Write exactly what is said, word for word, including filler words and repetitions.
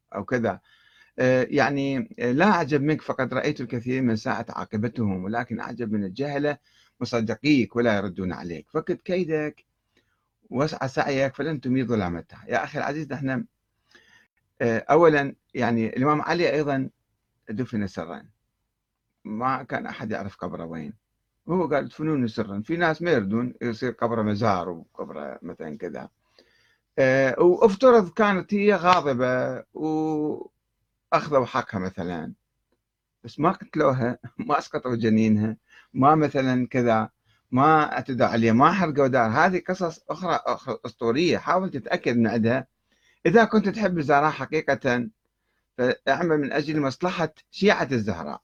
أو كذا. آه، يعني آه، لا أعجب منك فقد رأيت الكثير من ساعة عاقبتهم، ولكن أعجب من الجهلة مصدقيك ولا يردون عليك. فكد كيدك واسعى سعيك فلن تميت ظلامتها. يا أخي العزيز، نحن آه، أولا يعني الإمام علي أيضا دفن سرا، ما كان أحد يعرف قبره وين. هو قال ادفنوني سرا، في ناس ما يردون يصير قبره مزار وقبره مثلا كذا. آه، وافترض كانت هي غاضبة وأخذوا حقها مثلا، بس ما قتلوها ما اسقطوا جنينها، ما مثلا كذا، ما اعتدوا عليها، ما حرقوا دار. هذه قصص اخرى أخرى اسطوريه، حاول تتاكد من عندها. اذا كنت تحب الزهراء حقيقه فاعمل من اجل مصلحه شيعه الزهراء،